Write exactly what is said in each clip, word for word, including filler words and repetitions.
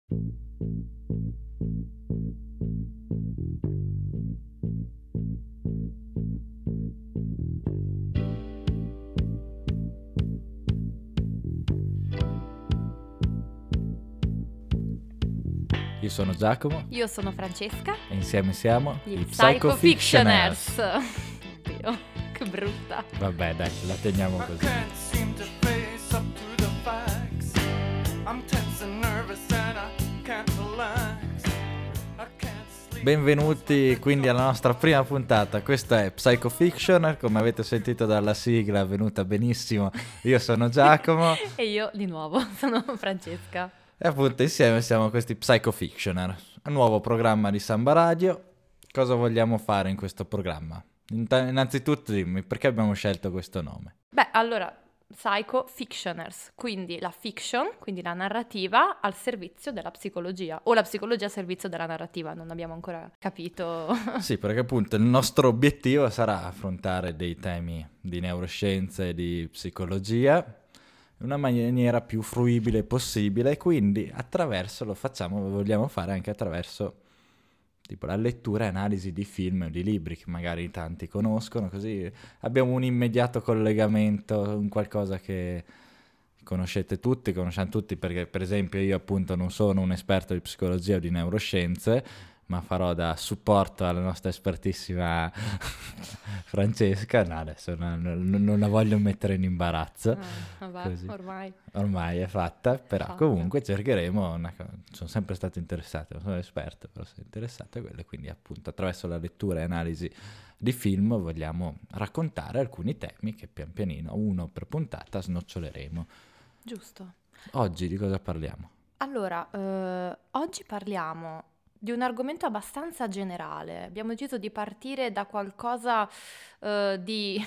Io sono Giacomo. Io sono Francesca. E insieme siamo Gli i Psychofictioners. Oddio, che brutta. Vabbè, dai, la teniamo così. Benvenuti quindi alla nostra prima puntata. Questa è Psychofictioner, come avete sentito dalla sigla, è venuta benissimo. Io sono Giacomo. E io di nuovo sono Francesca. E appunto insieme siamo questi Psychofictioner, un nuovo programma di Samba Radio. Cosa vogliamo fare in questo programma? Innanzitutto dimmi, perché abbiamo scelto questo nome? Beh, allora, Psychofictioners, quindi la fiction, quindi la narrativa al servizio della psicologia, o la psicologia al servizio della narrativa, non abbiamo ancora capito. Sì, perché appunto il nostro obiettivo sarà affrontare dei temi di neuroscienze e di psicologia in una maniera più fruibile possibile, e quindi attraverso, lo facciamo, lo vogliamo fare anche attraverso tipo la lettura e analisi di film o di libri che magari tanti conoscono, così abbiamo un immediato collegamento, un qualcosa che conoscete tutti, conosciamo tutti, perché per esempio io appunto non sono un esperto di psicologia o di neuroscienze, ma farò da supporto alla nostra espertissima Francesca. No, adesso non, non, non la voglio mettere in imbarazzo. Ah, vabbè, così. ormai. Ormai è fatta, però fatta. Comunque cercheremo, una cosa. Sono sempre stato interessato, non sono esperto, però sono interessato a quello, quindi appunto attraverso la lettura e analisi di film vogliamo raccontare alcuni temi che pian pianino, uno per puntata, snoccioleremo. Giusto. Oggi di cosa parliamo? Allora, eh, oggi parliamo di un argomento abbastanza generale. Abbiamo deciso di partire da qualcosa eh, di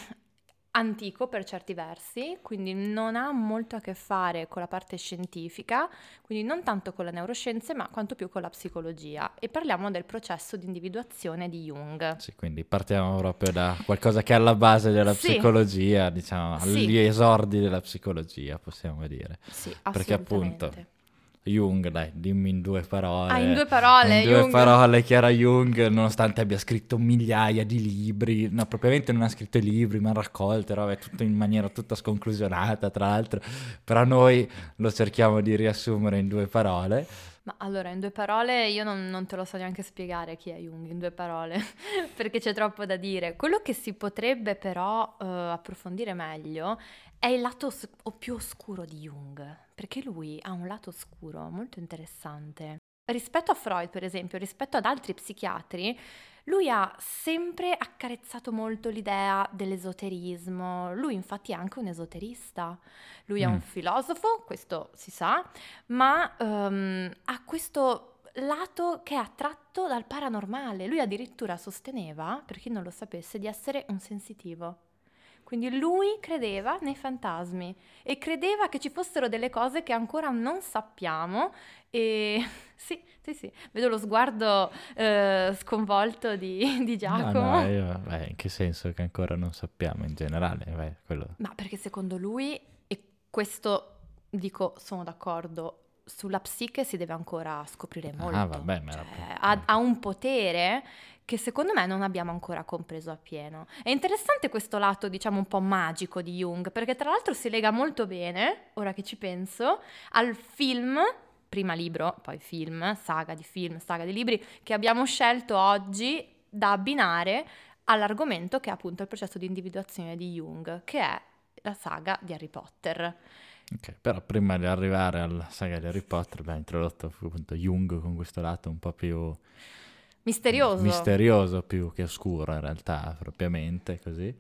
antico per certi versi, quindi non ha molto a che fare con la parte scientifica, quindi non tanto con le neuroscienze, ma quanto più con la psicologia. E parliamo del processo di individuazione di Jung. Sì, quindi partiamo proprio da qualcosa che è alla base della Sì. psicologia, diciamo, Sì. agli esordi della psicologia, possiamo dire. Sì, Perché assolutamente. appunto Jung, dai, dimmi in due parole. Ah, in due parole, In due Jung. parole, chi era Jung, nonostante abbia scritto migliaia di libri, no, propriamente non ha scritto i libri, ma ha raccolte, robe, tutto in maniera tutta sconclusionata, tra l'altro, però noi lo cerchiamo di riassumere in due parole. Ma allora, in due parole, io non, non te lo so neanche spiegare chi è Jung, in due parole, perché c'è troppo da dire. Quello che si potrebbe però eh, approfondire meglio è il lato os- o più oscuro di Jung, perché lui ha un lato oscuro molto interessante. Rispetto a Freud, per esempio, rispetto ad altri psichiatri, lui ha sempre accarezzato molto l'idea dell'esoterismo. Lui infatti è anche un esoterista. Lui è Mm. un filosofo, questo si sa, ma ehm, ha questo lato che è attratto dal paranormale. Lui addirittura sosteneva, per chi non lo sapesse, di essere un sensitivo. Quindi lui credeva nei fantasmi e credeva che ci fossero delle cose che ancora non sappiamo. E sì, sì, sì, vedo lo sguardo eh, sconvolto di, di Giacomo. No, no, io, beh, in che senso che ancora non sappiamo in generale, beh, quello... Ma perché secondo lui, e questo dico, sono d'accordo, sulla psiche si deve ancora scoprire molto. Ah, vabbè, ma era Cioè, proprio- ha, ha un potere che secondo me non abbiamo ancora compreso appieno. È interessante questo lato, diciamo, un po' magico di Jung, perché tra l'altro si lega molto bene, ora che ci penso, al film, prima libro, poi film, saga di film, saga di libri, che abbiamo scelto oggi da abbinare all'argomento che è appunto il processo di individuazione di Jung, che è la saga di Harry Potter. Ok, però prima di arrivare alla saga di Harry Potter abbiamo introdotto appunto Jung con questo lato un po' più Misterioso. misterioso più che oscuro in realtà, propriamente così.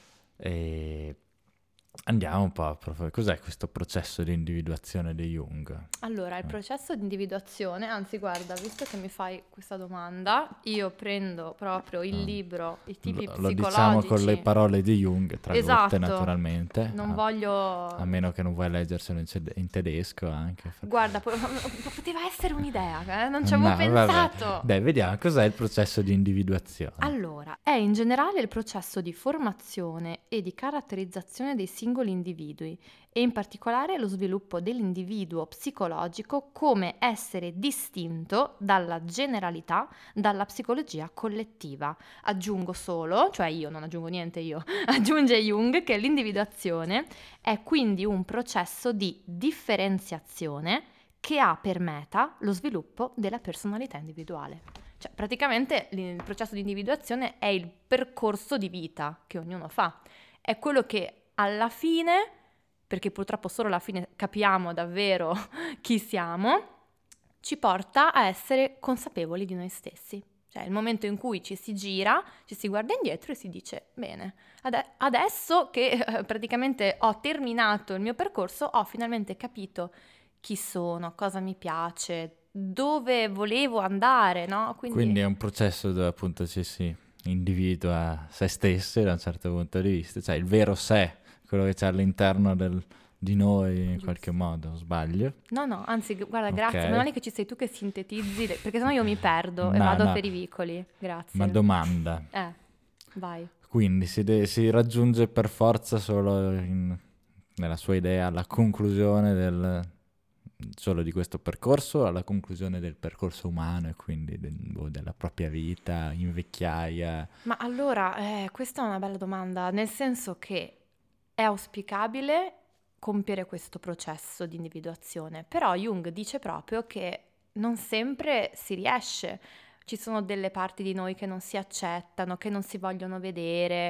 E andiamo un po' a approfondire. Cos'è questo processo di individuazione di Jung? Allora, il processo di individuazione, anzi guarda, visto che mi fai questa domanda, io prendo proprio il Ah. libro, i tipi Lo, lo psicologici. diciamo con le parole di Jung, tradotte Esatto. naturalmente. Non Ah, voglio... a meno che non vuoi leggerselo in, ced- in tedesco anche. Guarda, po- poteva essere un'idea, eh? Non ci avevo No, pensato. vabbè. Dai, vediamo cos'è il processo di individuazione. Allora, è in generale il processo di formazione e di caratterizzazione dei singoli singoli individui e in particolare lo sviluppo dell'individuo psicologico come essere distinto dalla generalità, dalla psicologia collettiva. Aggiungo solo, cioè io non aggiungo niente io, aggiunge Jung che l'individuazione è quindi un processo di differenziazione che ha per meta lo sviluppo della personalità individuale. Cioè, praticamente il processo di individuazione è il percorso di vita che ognuno fa. È quello che alla fine, perché purtroppo solo alla fine capiamo davvero chi siamo, ci porta a essere consapevoli di noi stessi. Cioè, il momento in cui ci si gira, ci si guarda indietro e si dice, bene, ade- adesso che eh, praticamente ho terminato il mio percorso, ho finalmente capito chi sono, cosa mi piace, dove volevo andare, no? Quindi, Quindi è un processo dove appunto ci si individua se stessi da un certo punto di vista, cioè il vero sé, quello che c'è all'interno del- di noi in Giusto. qualche modo, sbaglio? no, no, anzi, gu- guarda, Ok. grazie, meno male che ci sei tu che sintetizzi, le- perché sennò io mi perdo e No, vado no. per i vicoli. Grazie. Ma domanda, Eh, vai. quindi si, de- si raggiunge per forza solo in- nella sua idea la conclusione del, solo di questo percorso, alla conclusione del percorso umano e quindi de- boh, della propria vita in vecchiaia? Ma allora, eh, questa è una bella domanda, nel senso che è auspicabile compiere questo processo di individuazione, però Jung dice proprio che non sempre si riesce. Ci sono delle parti di noi che non si accettano, che non si vogliono vedere.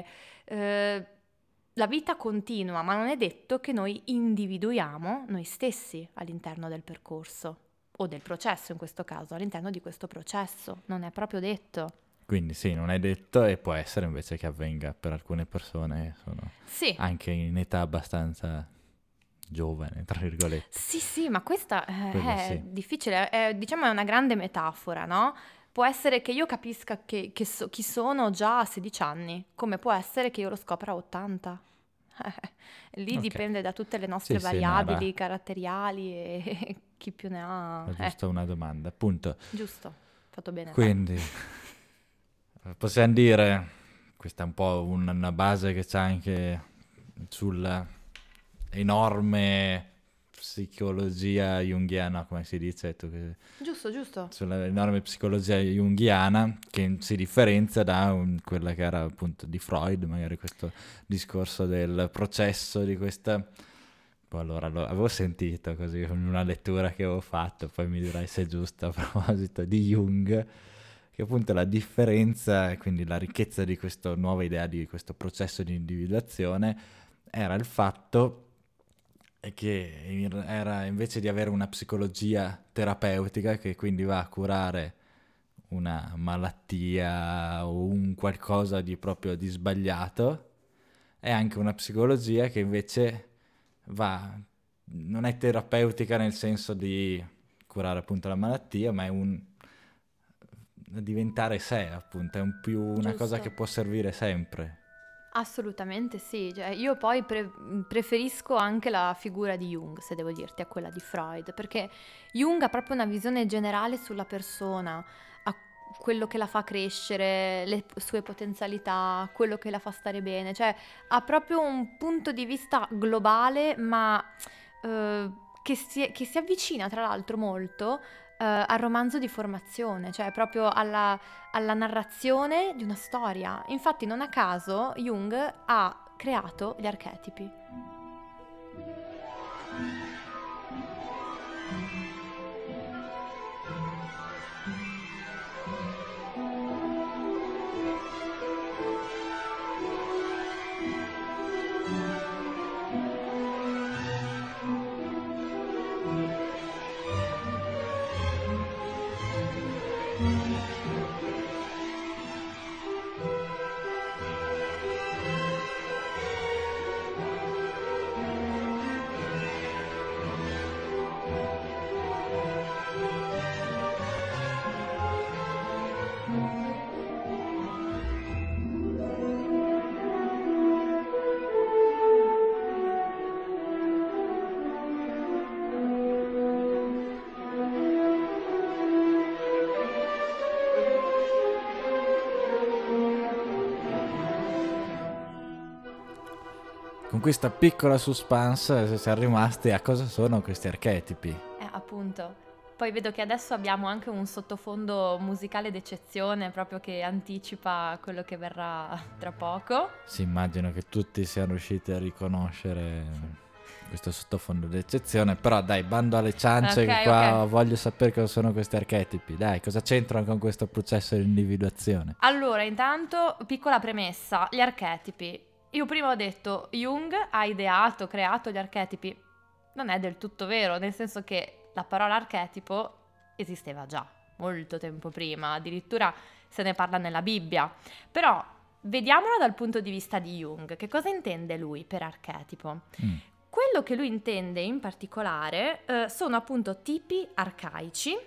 eh, la vita continua, ma non è detto che noi individuiamo noi stessi all'interno del percorso, o del processo in questo caso, all'interno di questo processo. Non è proprio detto. Quindi sì, non è detto e può essere invece che avvenga per alcune persone che sono Sì. anche in età abbastanza giovane, tra virgolette. Sì, sì, ma questa eh, Quello è sì. difficile, è- diciamo è una grande metafora, no? Può essere che io capisca che, che so- chi sono già a sedici anni, come può essere che io lo scopra a ottanta. Eh, lì Ok. dipende da tutte le nostre Sì, sì, no, variabili era, caratteriali e chi più ne ha. era Eh, giusto una domanda. Appunto, giusto, fatto bene. quindi possiamo dire, questa è un po' un- una base che c'è anche sulla enorme psicologia junghiana, come si dice, tu che- Giusto, giusto. sulla enorme psicologia junghiana che si differenzia da un- quella che era appunto di Freud, magari questo discorso del processo di questa. Poi allora lo avevo sentito così in una lettura che avevo fatto, poi mi dirai se è giusta a proposito di Jung, che appunto la differenza e quindi la ricchezza di questa nuova idea, di questo processo di individuazione, era il fatto che in- era invece di avere una psicologia terapeutica che quindi va a curare una malattia o un qualcosa di proprio di sbagliato, è anche una psicologia che invece va, non è terapeutica nel senso di curare appunto la malattia, ma è un diventare sé, appunto, è un più una cosa Giusto. che può servire sempre. Assolutamente sì, cioè, io poi pre- preferisco anche la figura di Jung, se devo dirti, a quella di Freud, perché Jung ha proprio una visione generale sulla persona, a quello che la fa crescere, le sue potenzialità, quello che la fa stare bene, cioè ha proprio un punto di vista globale, ma eh, che si, che si avvicina tra l'altro molto eh, al romanzo di formazione, cioè proprio alla alla narrazione di una storia. Infatti, non a caso, Jung ha creato gli archetipi. con questa piccola suspense siamo rimasti a cosa sono questi archetipi. Eh, appunto. Poi vedo che adesso abbiamo anche un sottofondo musicale d'eccezione, proprio che anticipa quello che verrà tra poco. Sì, immagino che tutti siano riusciti a riconoscere questo sottofondo d'eccezione, però dai, bando alle ciance, Ok, che qua ok. voglio sapere cosa sono questi archetipi. Dai, cosa c'entrano con questo processo di individuazione? Allora, intanto, piccola premessa, gli archetipi. Io prima ho detto, Jung ha ideato, creato gli archetipi. Non è del tutto vero, nel senso che la parola archetipo esisteva già, molto tempo prima, addirittura se ne parla nella Bibbia. Però, vediamolo dal punto di vista di Jung. Che cosa intende lui per archetipo? Mm. Quello che lui intende in particolare eh, sono appunto tipi arcaici,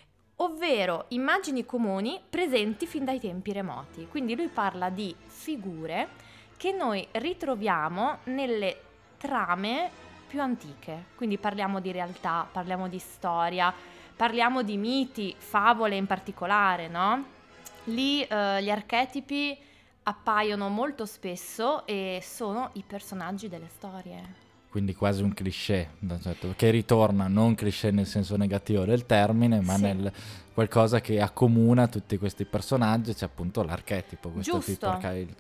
ovvero immagini comuni presenti fin dai tempi remoti. Quindi lui parla di figure che noi ritroviamo nelle trame più antiche. Quindi parliamo di realtà, parliamo di storia, parliamo di miti, favole in particolare, no? Lì eh, gli archetipi appaiono molto spesso e sono i personaggi delle storie. Quindi quasi un cliché, da un certo- che ritorna, non cliché nel senso negativo del termine, ma Sì. nel qualcosa che accomuna tutti questi personaggi, c'è appunto l'archetipo, questo Giusto. tipo arcai-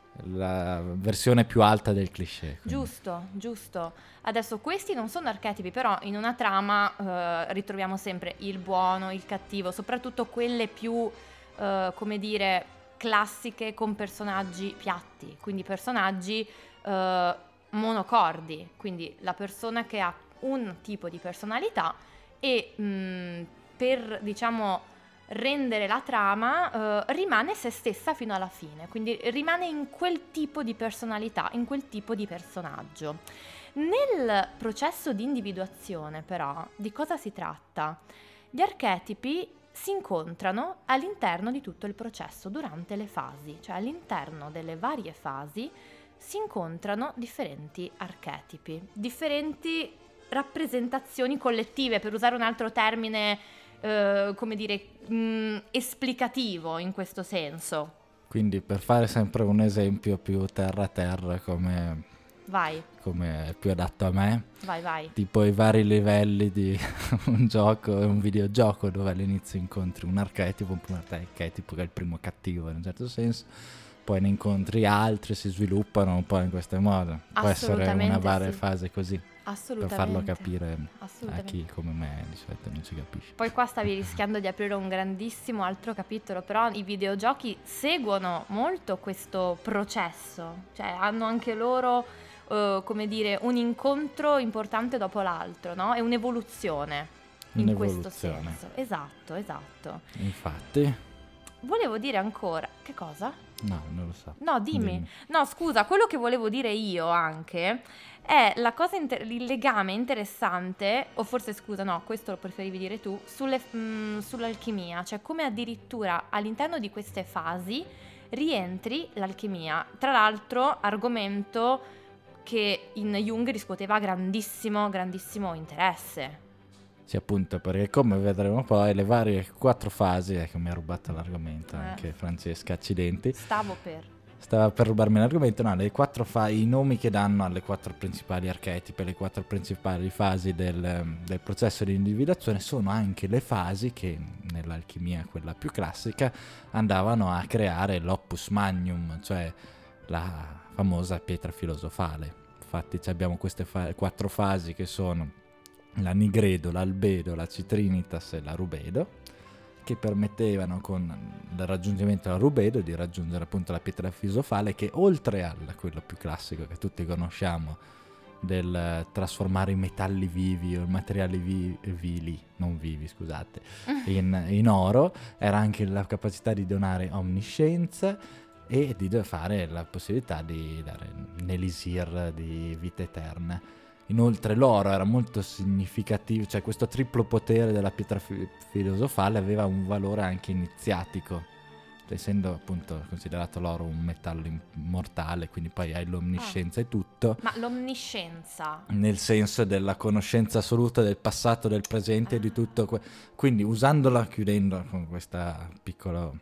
la versione più alta del cliché. quindi. Giusto, giusto. Adesso questi non sono archetipi, però in una trama eh, ritroviamo sempre il buono, il cattivo, soprattutto quelle più, eh, come dire, classiche con personaggi piatti, quindi personaggi eh, monocordi, quindi la persona che ha un tipo di personalità e mh, per, diciamo, rendere la trama eh, rimane se stessa fino alla fine, quindi rimane in quel tipo di personalità, in quel tipo di personaggio. Nel processo di individuazione però di cosa si tratta? Gli archetipi si incontrano all'interno di tutto il processo, durante le fasi, cioè all'interno delle varie fasi si incontrano differenti archetipi, differenti rappresentazioni collettive, per usare un altro termine Uh, come dire, mh, esplicativo in questo senso. Quindi per fare sempre un esempio più terra terra come, Vai, come è più adatto a me, vai, vai. tipo i vari livelli di un gioco, un videogioco dove all'inizio incontri un archetipo, un primo archetipo che è il primo cattivo in un certo senso, poi ne incontri altri, si sviluppano un po' in questo modo. Può essere una Assolutamente varia sì. fase così, per Assolutamente. farlo capire a Assolutamente. chi come me di solito non ci capisce. Poi qua stavi rischiando di aprire un grandissimo altro capitolo, però i videogiochi seguono molto questo processo, cioè hanno anche loro, eh, come dire, un incontro importante dopo l'altro, no? È un'evoluzione in questo Un'evoluzione. senso. Esatto, esatto. Infatti, Volevo dire ancora, che cosa? no, non lo so. No, dimmi. No, scusa, quello che volevo dire io anche è la cosa inter- il legame interessante, o forse scusa, no, questo lo preferivi dire tu, sulle, mh, sull'alchimia, cioè come addirittura all'interno di queste fasi rientri l'alchimia. Tra l'altro, argomento che in Jung riscuoteva grandissimo, grandissimo interesse. Sì, appunto, perché come vedremo poi le varie quattro fasi, ecco, mi ha rubato l'argomento Eh. anche Francesca, accidenti. Stavo per... Stava per rubarmi l'argomento, no, le quattro fa- i nomi che danno alle quattro principali archetipi, le quattro principali fasi del, del processo di individuazione sono anche le fasi che nell'alchimia, quella più classica, andavano a creare l'opus magnum, cioè la famosa pietra filosofale. Infatti abbiamo queste fa- quattro fasi che sono la nigredo, l'albedo, la citrinitas e la rubedo, che permettevano con il raggiungimento della rubedo di raggiungere appunto la pietra filosofale, che oltre a quello più classico che tutti conosciamo del trasformare i metalli vivi o i materiali vi- vili, non vivi scusate, in, in oro, era anche la capacità di donare omniscienza e di fare la possibilità di dare un elisir di vita eterna. Inoltre l'oro era molto significativo, cioè questo triplo potere della pietra fi- filosofale aveva un valore anche iniziatico, cioè, essendo appunto considerato l'oro un metallo immortale, quindi poi hai l'omniscienza e tutto, Ma l'omniscienza... nel senso della conoscenza assoluta del passato, del presente e di tutto, que- quindi usandola, chiudendo con questo piccolo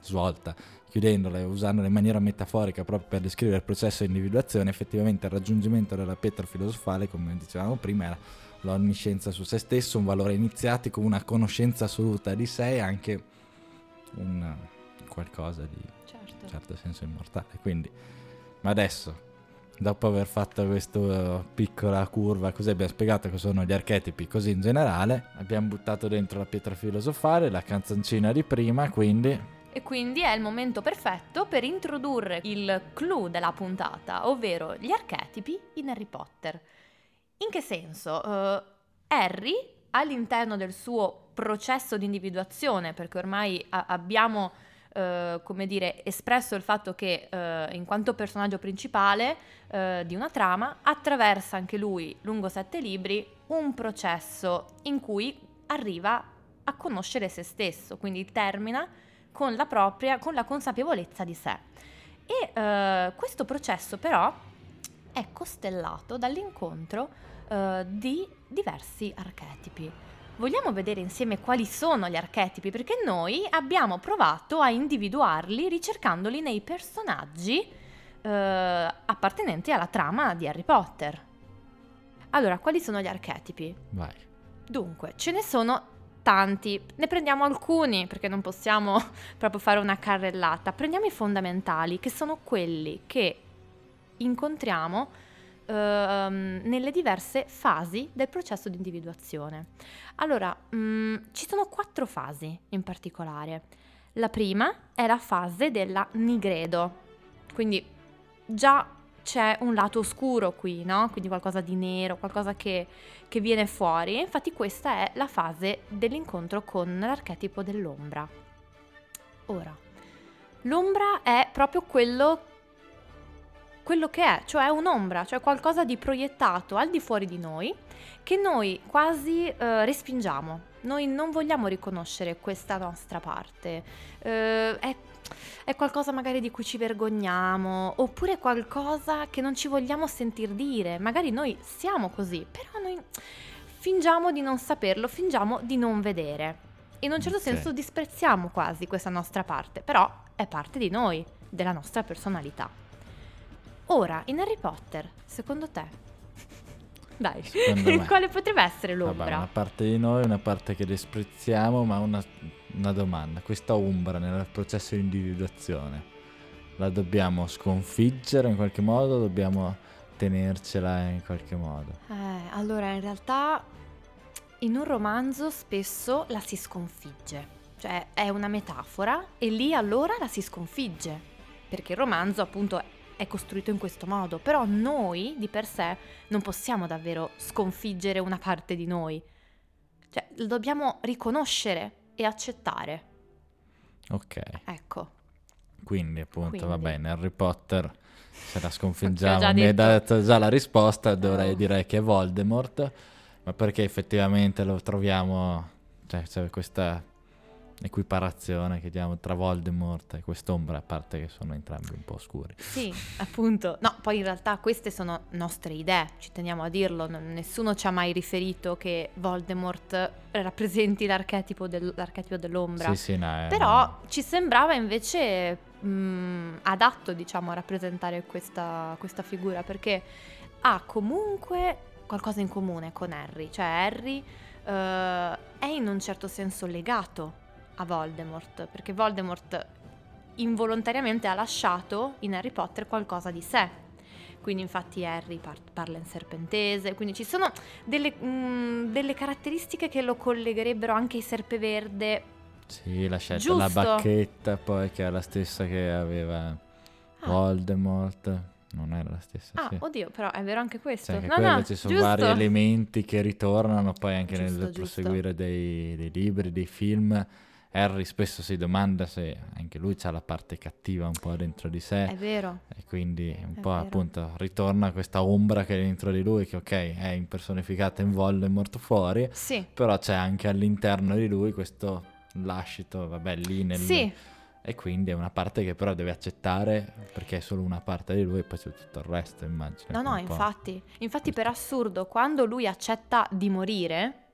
svolta, chiudendola e usandola in maniera metaforica proprio per descrivere il processo di individuazione, effettivamente il raggiungimento della pietra filosofale, come dicevamo prima, era l'onniscienza su se stesso, un valore iniziatico, una conoscenza assoluta di sé e anche un qualcosa di Certo. in certo senso immortale. Quindi, ma adesso, dopo aver fatto questa uh, piccola curva, così abbiamo spiegato che sono gli archetipi così in generale, abbiamo buttato dentro la pietra filosofale, la canzoncina di prima, quindi... E quindi è il momento perfetto per introdurre il clou della puntata, ovvero gli archetipi in Harry Potter. In che senso? Uh, Harry, all'interno del suo processo di individuazione, perché ormai a- abbiamo... Uh, come dire, espresso il fatto che uh, in quanto personaggio principale uh, di una trama attraversa anche lui lungo sette libri un processo in cui arriva a conoscere se stesso, quindi termina con la propria, con la consapevolezza di sé. E uh, questo processo però è costellato dall'incontro uh, di diversi archetipi. Vogliamo vedere insieme quali sono gli archetipi? Perché noi abbiamo provato a individuarli ricercandoli nei personaggi eh, appartenenti alla trama di Harry Potter. Allora, quali sono gli archetipi? Vai. Dunque, ce ne sono tanti. Ne prendiamo alcuni perché non possiamo proprio fare una carrellata. Prendiamo i fondamentali, che sono quelli che incontriamo nelle diverse fasi del processo di individuazione. Allora, mh, ci sono quattro fasi in particolare. La prima è la fase della nigredo, quindi già c'è un lato oscuro qui, no? Quindi qualcosa di nero, qualcosa che, che viene fuori. Infatti questa è la fase dell'incontro con l'archetipo dell'ombra. Ora, l'ombra è proprio quello quello che è, cioè un'ombra, cioè qualcosa di proiettato al di fuori di noi che noi quasi eh, respingiamo. Noi non vogliamo riconoscere questa nostra parte. Eh, è, è qualcosa magari di cui ci vergogniamo, oppure qualcosa che non ci vogliamo sentir dire. Magari noi siamo così, però noi fingiamo di non saperlo, fingiamo di non vedere. In un certo Okay. senso disprezziamo quasi questa nostra parte, però è parte di noi, della nostra personalità. Ora, in Harry Potter, secondo te? Dai, Secondo me. quale potrebbe essere l'ombra? Vabbè, una parte di noi, una parte che desprezziamo, ma una, una domanda. Questa ombra nel processo di individuazione la dobbiamo sconfiggere in qualche modo? Dobbiamo tenercela in qualche modo? Eh, allora, in realtà in un romanzo spesso la si sconfigge. Cioè, è una metafora e lì allora la si sconfigge. Perché il romanzo, appunto, è è costruito in questo modo, però noi di per sé non possiamo davvero sconfiggere una parte di noi, cioè lo dobbiamo riconoscere e accettare. Ok, Ecco. quindi appunto Quindi. va bene, Harry Potter, se la Ti ho sconfiggiamo, già mi hai detto. dato già la risposta, dovrei Oh. dire che è Voldemort, ma perché effettivamente lo troviamo, cioè c'è questa equiparazione che diamo tra Voldemort e quest'ombra, a parte che sono entrambi un po' oscuri. Sì, appunto. No, poi in realtà queste sono nostre idee, ci teniamo a dirlo, non- nessuno ci ha mai riferito che Voldemort rappresenti l'archetipo, del- l'archetipo dell'ombra. Sì, sì, no, è- Però ci sembrava invece mh, adatto, diciamo, a rappresentare questa, questa figura, perché ha comunque qualcosa in comune con Harry, cioè Harry eh, è in un certo senso legato a Voldemort, perché Voldemort involontariamente ha lasciato in Harry Potter qualcosa di sé. Quindi infatti Harry par- parla in serpentese, quindi ci sono delle, mh, delle caratteristiche che lo collegherebbero anche ai Serpeverde. Sì, la scelta, Giusto. la bacchetta poi che è la stessa che aveva Ah. Voldemort, non era la stessa, Ah, sì. oddio, però è vero anche questo. Cioè, anche no, quello no, ci sono giusto. vari elementi che ritornano poi anche Giusto, nel giusto. proseguire dei, dei libri, dei film. Harry spesso si domanda se anche lui ha la parte cattiva un po' dentro di sé. È vero. E quindi un È po' vero. appunto ritorna questa ombra che è dentro di lui, che ok, è impersonificata in Voldemort fuori, Sì, però c'è anche all'interno di lui questo lascito, vabbè, lì nel... sì, E quindi è una parte che però deve accettare perché è solo una parte di lui e poi c'è tutto il resto, immagino. no, che no, un po'- infatti. Infatti per assurdo, quando lui accetta di morire,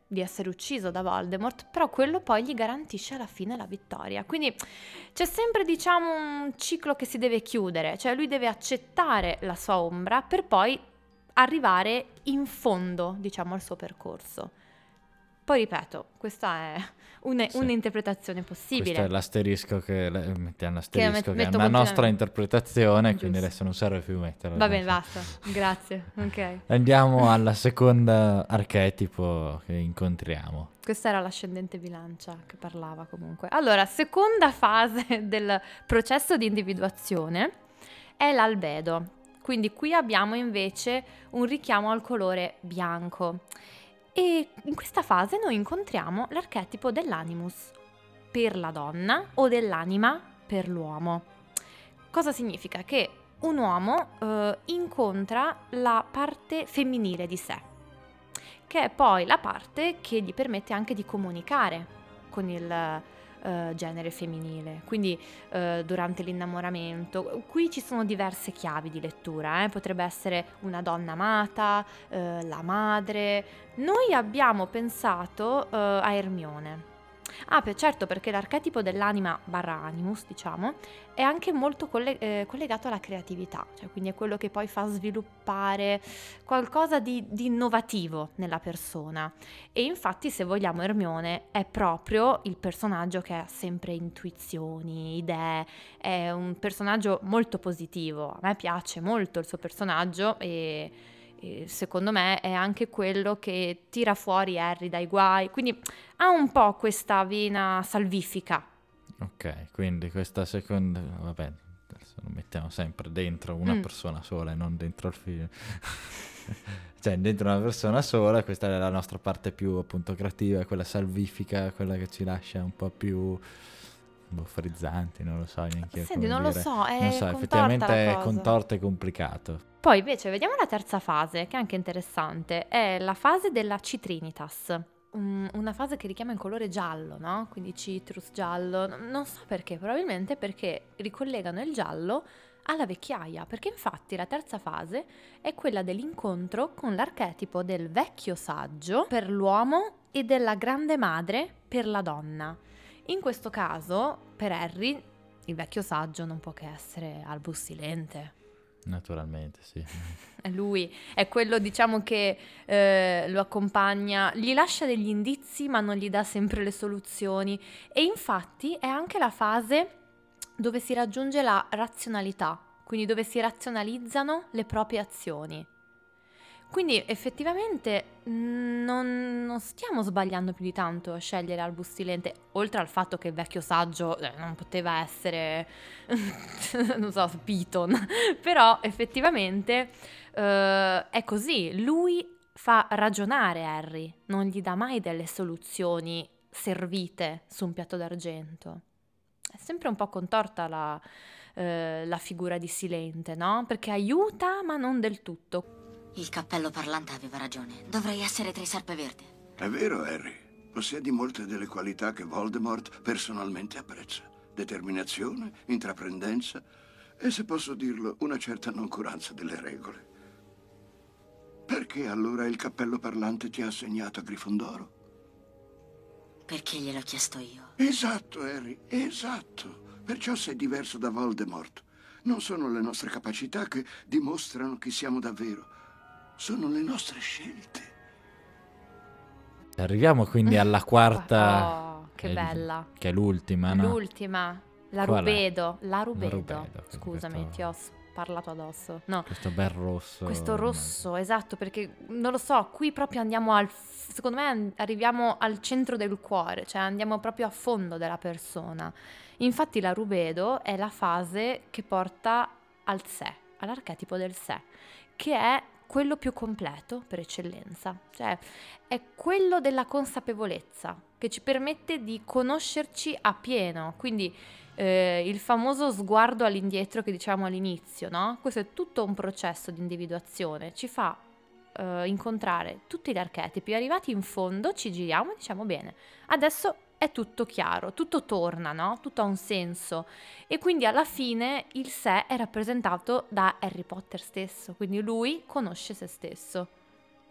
di essere ucciso da Voldemort, però quello poi gli garantisce alla fine la vittoria. Quindi c'è sempre, diciamo, un ciclo che si deve chiudere, cioè lui deve accettare la sua ombra per poi arrivare in fondo, diciamo, al suo percorso. Poi ripeto, questa è un- Sì. un'interpretazione possibile. Questo è l'asterisco che le- mettiamo Che l'asterisco met- che, è metto una nostra continuamente. interpretazione, Giusto. quindi adesso non serve più metterla. Va bene, basta. Grazie. Ok. Andiamo alla seconda archetipo che incontriamo. Questa era l'ascendente bilancia che parlava comunque. Allora, seconda fase del processo di individuazione è l'albedo. Quindi qui abbiamo invece un richiamo al colore bianco. E in questa fase noi incontriamo l'archetipo dell'animus per la donna o dell'anima per l'uomo. Cosa significa? Che un uomo eh, incontra la parte femminile di sé, che è poi la parte che gli permette anche di comunicare con il eh, genere femminile. Quindi eh, durante l'innamoramento, qui ci sono diverse chiavi di lettura, eh? Potrebbe essere una donna amata, eh, la madre. Noi abbiamo pensato eh, a Ermione. Ah, per, certo, perché l'archetipo dell'anima barra animus, diciamo, è anche molto colle- eh, collegato alla creatività, cioè quindi è quello che poi fa sviluppare qualcosa di, di innovativo nella persona. E infatti, se vogliamo, Ermione è proprio il personaggio che ha sempre intuizioni, idee, è un personaggio molto positivo. A me piace molto il suo personaggio e... E secondo me è anche quello che tira fuori Harry dai guai, quindi ha un po' questa vena salvifica. Ok, quindi questa seconda, vabbè, adesso lo mettiamo sempre dentro una Mm. persona sola e non dentro il film. Cioè dentro una persona sola, questa è la nostra parte più appunto creativa, quella salvifica, quella che ci lascia un po' più boh, frizzanti, non lo so neanche io Senti, come non lo dire. so, è Non so, contorta effettivamente la è cosa. contorto e complicato. Poi invece vediamo la terza fase, che è anche interessante, è la fase della citrinitas. Un- una fase che richiama il colore giallo, no? Quindi citrus giallo, N- non so perché, probabilmente perché ricollegano il giallo alla vecchiaia, perché infatti la terza fase è quella dell'incontro con l'archetipo del vecchio saggio per l'uomo e della grande madre per la donna. In questo caso, per Harry, il vecchio saggio non può che essere Albus Silente. Naturalmente, sì. È lui, è quello, diciamo, che eh, lo accompagna, gli lascia degli indizi ma non gli dà sempre le soluzioni, e infatti è anche la fase dove si raggiunge la razionalità, quindi dove si razionalizzano le proprie azioni. Quindi effettivamente mh, non, non stiamo sbagliando più di tanto a scegliere Albus Silente, oltre al fatto che il vecchio saggio eh, non poteva essere, non so, Piton, però effettivamente eh, è così, lui fa ragionare Harry, non gli dà mai delle soluzioni servite su un piatto d'argento. È sempre un po' contorta la, eh, la figura di Silente, no? Perché aiuta ma non del tutto. Il cappello parlante aveva ragione. Dovrei essere tra i Serpeverde. È vero, Harry. Possiedi molte delle qualità che Voldemort personalmente apprezza. Determinazione, intraprendenza e, se posso dirlo, una certa noncuranza delle regole. Perché allora il cappello parlante ti ha assegnato a Grifondoro? Perché gliel'ho chiesto io. Esatto, Harry, esatto. Perciò sei diverso da Voldemort. Non sono le nostre capacità che dimostrano chi siamo davvero. Sono le nostre scelte. Arriviamo quindi alla quarta, Oh, che è il- bella. che è l'ultima, no? L'ultima, la Qual è? Rubedo, la Rubedo. Rubedo, Scusami, questo- ti ho s- parlato addosso. No, Questo bel rosso. questo rosso, esatto, perché non lo so, qui proprio andiamo al, f- secondo me an- arriviamo al centro del cuore, cioè andiamo proprio a fondo della persona. Infatti la Rubedo è la fase che porta al sé, all'archetipo del sé, che è quello più completo per eccellenza, cioè è quello della consapevolezza che ci permette di conoscerci a pieno, quindi eh, il famoso sguardo all'indietro che dicevamo all'inizio, no? Questo è tutto un processo di individuazione, ci fa eh, incontrare tutti gli archetipi, arrivati in fondo ci giriamo e diciamo bene, adesso è tutto chiaro, tutto torna, no? Tutto ha un senso, e quindi alla fine il sé è rappresentato da Harry Potter stesso, quindi lui conosce se stesso.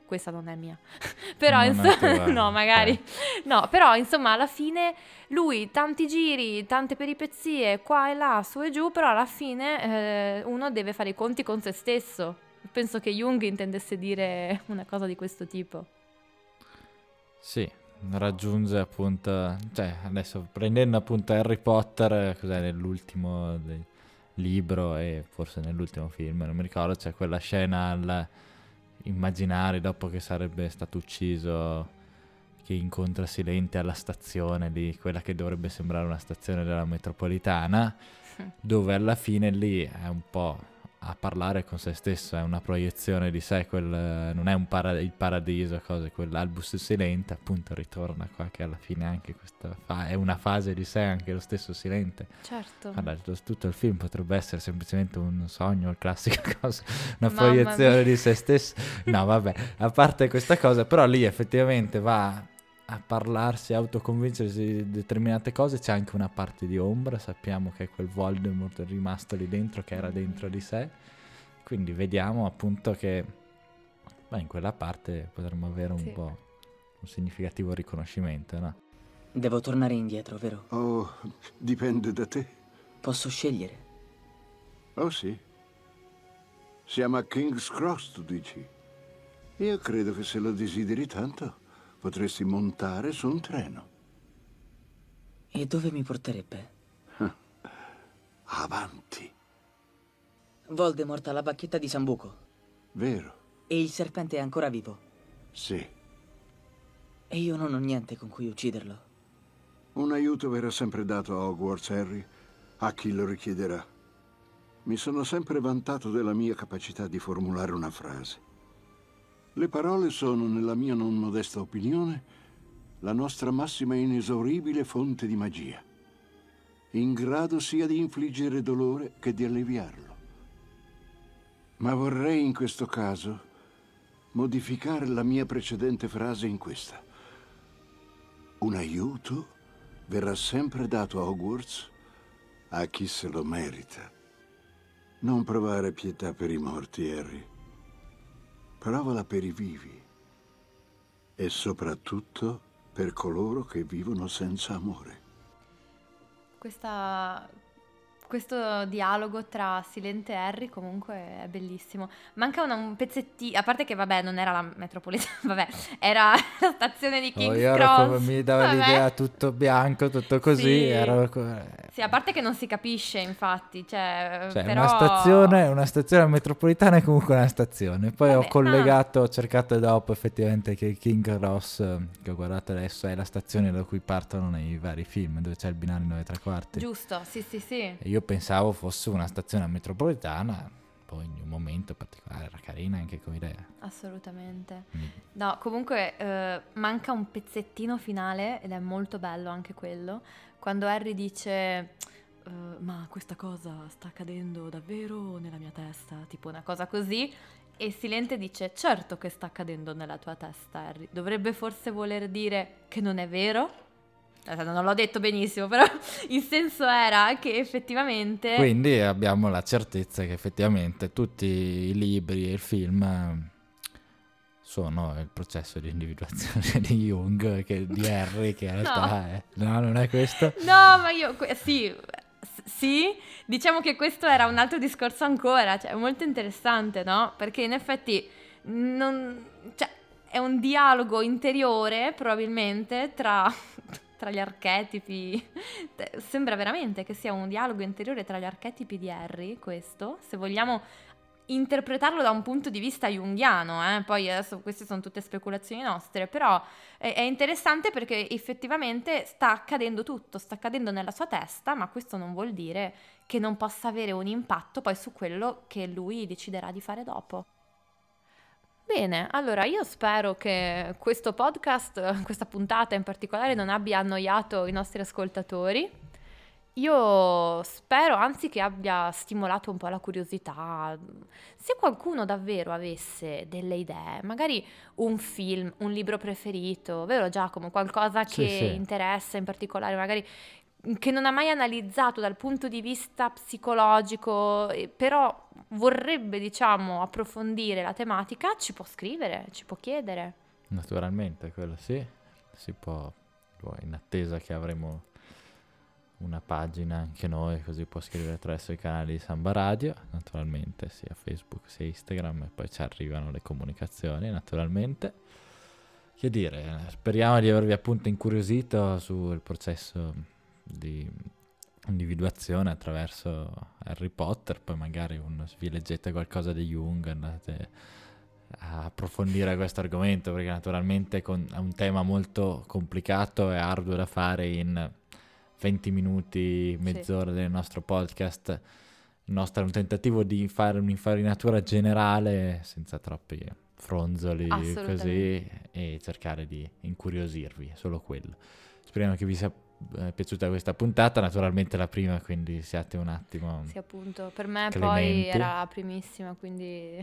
questa non è mia. Però Non insomma, è tua, no, magari ok. no, però insomma alla fine lui tanti giri, tante peripezie qua e là, su e giù, però alla fine eh, uno deve fare i conti con se stesso. Penso che Jung intendesse dire una cosa di questo tipo. Sì, raggiunge appunto, cioè adesso prendendo appunto Harry Potter, eh, cos'è nell'ultimo de- libro e forse nell'ultimo film, non mi ricordo, c'è quella scena al immaginare dopo che sarebbe stato ucciso, che incontra Silente alla stazione lì, quella che dovrebbe sembrare una stazione della metropolitana, dove alla fine lì è un po' a parlare con se stesso, è una proiezione di sé, quel, non è un para- il paradiso, cose, quell'Albus Silente appunto ritorna qua, che alla fine anche questa fa- è una fase di sé, anche lo stesso Silente. Certo. Guarda, il- tutto il film potrebbe essere semplicemente un sogno, il classico cosa, una Mamma proiezione mia. di se stesso. No, vabbè, a parte questa cosa, però lì effettivamente va a parlarsi, a autoconvincersi di determinate cose. C'è anche una parte di ombra, sappiamo che è quel Voldemort rimasto lì dentro, che era dentro di sé, quindi vediamo appunto che beh, in quella parte potremmo avere un Sì. po' un significativo riconoscimento, no? Devo tornare indietro, vero? Oh, dipende da te. Posso scegliere. Oh sì. Siamo a King's Cross, tu dici? Io credo che se lo desideri tanto, potresti montare su un treno. E dove mi porterebbe? Avanti. Voldemort ha la bacchetta di Sambuco. Vero? E il serpente è ancora vivo. Sì. E io non ho niente con cui ucciderlo. Un aiuto verrà sempre dato a Hogwarts, Harry, a chi lo richiederà. Mi sono sempre vantato della mia capacità di formulare una frase. Le parole sono, nella mia non modesta opinione, la nostra massima e inesauribile fonte di magia, in grado sia di infliggere dolore che di alleviarlo. Ma vorrei in questo caso modificare la mia precedente frase in questa. Un aiuto verrà sempre dato a Hogwarts a chi se lo merita. Non provare pietà per i morti, Harry. Provala per i vivi. E soprattutto per coloro che vivono senza amore. Questa, questo dialogo tra Silente e Harry comunque è bellissimo. Manca una- un pezzettino, a parte che vabbè non era la metropolitana, vabbè, era la stazione di Oh, King's io ero Cross. come mi dava Vabbè. l'idea tutto bianco, tutto così, Sì. ero co- Sì, a parte che non si capisce infatti, cioè, cioè, però... una stazione, una stazione metropolitana è comunque una stazione. Poi ho Vabbè, collegato, ho cercato dopo effettivamente che King Cross, eh, che ho guardato adesso, è la stazione da cui partono nei vari film, dove c'è il binario nove e tre quarti. Giusto, sì sì sì. E io pensavo fosse una stazione metropolitana, poi in un momento particolare era carina anche come idea. Assolutamente. Quindi, No, comunque eh, manca un pezzettino finale ed è molto bello anche quello, quando Harry dice eh, ma questa cosa sta accadendo davvero nella mia testa, tipo una cosa così, e Silente dice certo che sta accadendo nella tua testa, Harry, dovrebbe forse voler dire che non è vero? Eh, Non l'ho detto benissimo, però il senso era che effettivamente... Quindi abbiamo la certezza che effettivamente tutti i libri e il film eh, sono il processo di individuazione di Jung, che, di Harry, che in realtà No. è... No, non è questo? No, ma io que- sì, s- sì, diciamo che questo era un altro discorso ancora, cioè è molto interessante, no? Perché in effetti non, cioè, è un dialogo interiore probabilmente tra, tra gli archetipi. Te- Sembra veramente che sia un dialogo interiore tra gli archetipi di Harry, questo, se vogliamo interpretarlo da un punto di vista junghiano, eh? Poi adesso queste sono tutte speculazioni nostre, però è, è interessante perché effettivamente sta accadendo tutto, sta accadendo nella sua testa, ma questo non vuol dire che non possa avere un impatto poi su quello che lui deciderà di fare dopo. Bene, allora io spero che questo podcast, questa puntata in particolare, non abbia annoiato i nostri ascoltatori. Io spero anzi che abbia stimolato un po' la curiosità. Se qualcuno davvero avesse delle idee, magari un film, un libro preferito, vero Giacomo? Qualcosa Sì, che sì. interessa in particolare, magari che non ha mai analizzato dal punto di vista psicologico, eh, però vorrebbe, diciamo, approfondire la tematica, ci può scrivere, ci può chiedere. Naturalmente, quello sì, si può, può- in attesa che avremo una pagina anche noi, così può scrivere attraverso i canali di Samba Radio, naturalmente, sia Facebook sia Instagram, e poi ci arrivano le comunicazioni, naturalmente. Che dire, speriamo di avervi appunto incuriosito sul processo di individuazione attraverso Harry Potter, poi magari un, se vi leggete qualcosa di Jung, andate a approfondire questo argomento, perché naturalmente con, è un tema molto complicato e arduo da fare in venti minuti, mezz'ora del nostro podcast. Il nostro è un tentativo di fare un'infarinatura generale senza troppi fronzoli così, Assolutamente. e cercare di incuriosirvi, solo quello. Speriamo che vi sia eh, piaciuta questa puntata, naturalmente la prima, quindi siate un attimo Sì, appunto, per me poi clementi. era la primissima, quindi...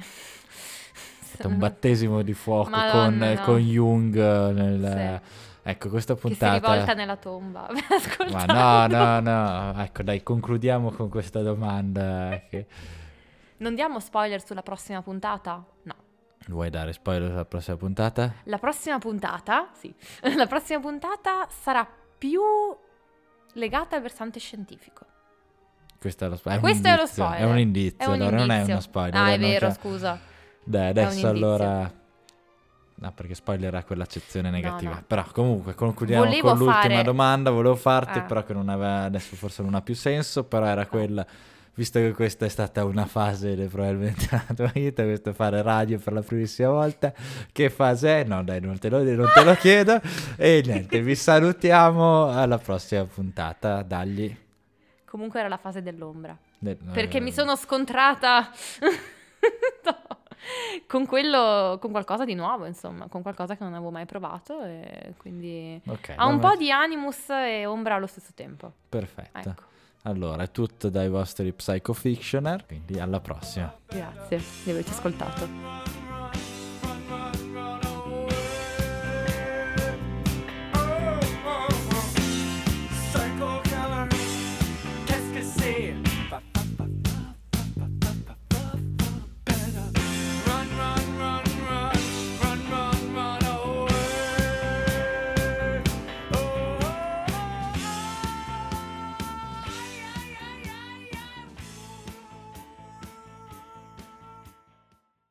È stato un battesimo di fuoco Madonna, con, no. con Jung nel... Sì. Ecco, questa Che si puntata... rivolta nella tomba. Ma no, no, no, ecco dai, concludiamo con questa domanda. Che... Non diamo spoiler sulla prossima puntata? No. Vuoi dare spoiler sulla prossima puntata? La prossima puntata, sì, la prossima puntata sarà più legata al versante scientifico. Questo è lo, spo- è un Questo è lo indizio, spoiler. È un indizio, È un allora non è indizio. uno spoiler. Ah, è non vero, c'è- scusa. Dai, un adesso indizio. allora... No, perché spoiler ha quell'accezione negativa. no. Però comunque concludiamo Volevo con l'ultima fare- domanda. Volevo farti, Ah. però che non aveva, adesso forse non ha più senso, però era quella, visto che questa è stata una fase de- probabilmente della tua vita, questo fare radio per la primissima volta, che fase è? No, dai, non te lo, non te lo chiedo. E niente, vi salutiamo alla prossima puntata. Dagli. Comunque era la fase dell'ombra. De- Perché eh, mi sono scontrata no, con quello, con qualcosa di nuovo, insomma, con qualcosa che non avevo mai provato e quindi ok, ha un vabbè. po' di animus e ombra allo stesso tempo. Perfetto. Ecco, Allora, è tutto dai vostri Psychofictioner, quindi alla prossima. grazie di averci ascoltato.